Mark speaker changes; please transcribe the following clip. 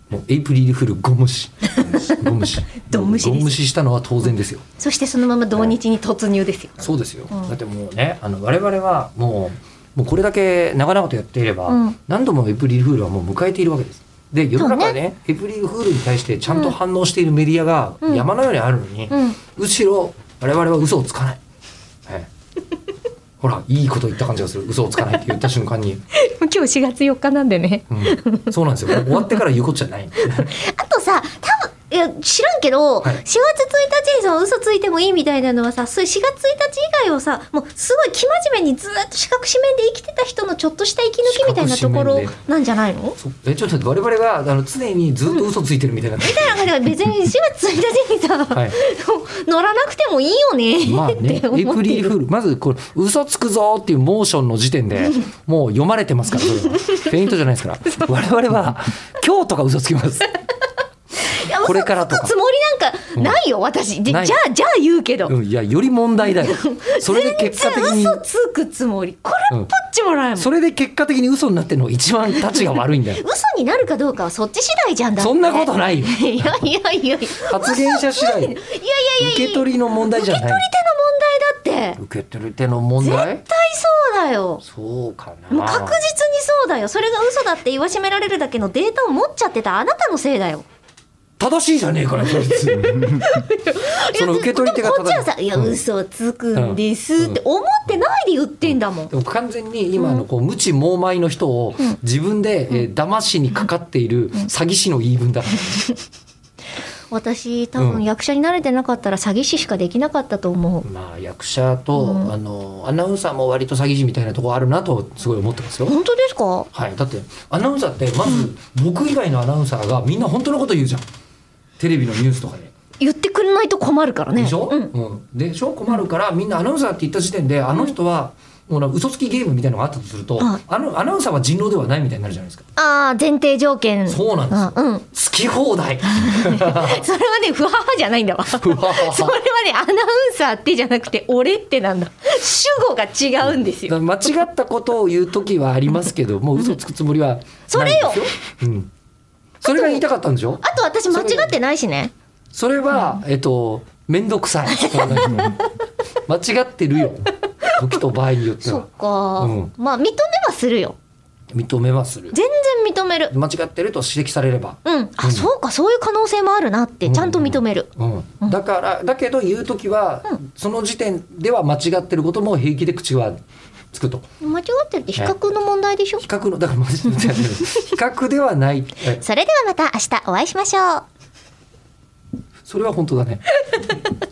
Speaker 1: もうエイプリルフールゴムシゴムシ
Speaker 2: ドンムシです。
Speaker 1: ゴムシしたのは当然ですよ。
Speaker 2: そしてそのまま同日に突入ですよ。
Speaker 1: そうですよ、
Speaker 2: うん
Speaker 1: だってもうね我々はもうこれだけ長々とやっていれば、
Speaker 2: うん
Speaker 1: 何度もエイプリルフールはもう迎えているわけです。で世の中でねエイプリルフールに対してちゃんと反応しているメディアが山のようにあるのに、
Speaker 2: うん
Speaker 1: むしろ我々は嘘をつかない、ほらいいこと言った感じがする。嘘をつかないって言った瞬間に、
Speaker 2: 今日4月4日なんでね。
Speaker 1: そうなんですよ。終わってから言うことじゃない
Speaker 2: あとさ、多分いや知らんけど、
Speaker 1: はい
Speaker 2: 4月1日にさ嘘ついてもいいみたいなのはさ、そういう4月1日以外をさ、もうすごい生真面目にずっと四角四面で生きてた人のちょっとした息抜きみたいなところなんじゃないの？
Speaker 1: ちょっと我々が常にずっと嘘ついてるみたいな、
Speaker 2: みたいな感じで別に4月1日にさ、
Speaker 1: はい
Speaker 2: 乗らなくてもいいよね
Speaker 1: まあね、
Speaker 2: って思ってる。
Speaker 1: エイプリルフールまずこれ嘘つくぞっていうモーションの時点でもう読まれてますから、それはフェイントじゃないですから我々は今日とか嘘つきます
Speaker 2: いや
Speaker 1: これからとか
Speaker 2: 嘘つくつもりなんかないよ、私で。じゃ
Speaker 1: ない
Speaker 2: あ言うけど、
Speaker 1: いやより問題だよ。それで結果的に
Speaker 2: 嘘つくつもり、これっぽっちもらえもん、
Speaker 1: それで結果的に嘘になってるのが一番たちが悪いんだよ。
Speaker 2: 嘘になるかどうかはそっち次第じゃんだって。
Speaker 1: そんなことないよ。
Speaker 2: いやいやいや
Speaker 1: 発言者次第。
Speaker 2: いやいや
Speaker 1: 受け取りの問題じゃない。
Speaker 2: 受け取り手の問題だって。
Speaker 1: 受け取り手の問題。
Speaker 2: 絶対そうだよ。
Speaker 1: そうかな。
Speaker 2: もう確実にそうだよ。それが嘘だって言わしめられるだけのデータを持っちゃってたあなたのせいだよ。
Speaker 1: 正しいじゃねえからその受け取り手が
Speaker 2: こっちはさ、いや、嘘をつくんですって思ってないで言ってんだもん。
Speaker 1: でも完全に今のこう無知猛昧の人を自分で騙しにかかっている詐欺師の言い分だから。
Speaker 2: 私多分役者に慣れてなかったら詐欺師しかできなかったと思う。
Speaker 1: まあ役者と、アナウンサーも割と詐欺師みたいなところあるなとすごい思ってますよ。
Speaker 2: 本当ですか？
Speaker 1: はい、だってアナウンサーってまず僕以外のアナウンサーがみんな本当のこと言うじゃん、テレビのニュースとかで。
Speaker 2: 言ってくれないと困るからね。
Speaker 1: でしょ、でしょ、困るからみんなアナウンサーって言った時点であの人はもう嘘つきゲームみたいなのがあったとすると、アナウンサーは人狼ではないみたいになるじゃないですか。
Speaker 2: ああ、前提条件。
Speaker 1: そうなんですよ、好き放題。
Speaker 2: それはね、ふははじゃないんだわ。それはね、アナウンサーってじゃなくて俺ってなんだ。主語が違うんですよ。
Speaker 1: 間違ったことを言う時はありますけどもう嘘つくつもりはないんですよ。
Speaker 2: それよ、
Speaker 1: それが言いたかったんでしょ。
Speaker 2: あと私間違ってないしね。
Speaker 1: それは、めんどくさい。間違ってるよ。時と場合によっては。
Speaker 2: そっか、まあ認めはするよ。
Speaker 1: 認めはする。
Speaker 2: 全然認める。
Speaker 1: 間違ってると指摘されれば。
Speaker 2: あ、そうか、そういう可能性もあるなってちゃんと認める。
Speaker 1: だけど言う時は、その時点では間違ってることも平気で口はつくと。
Speaker 2: 間違ってるって比較の問題でしょ。
Speaker 1: 比較のだから比較ではない。
Speaker 2: それではまた明日お会いしましょう。
Speaker 1: それは本当だね。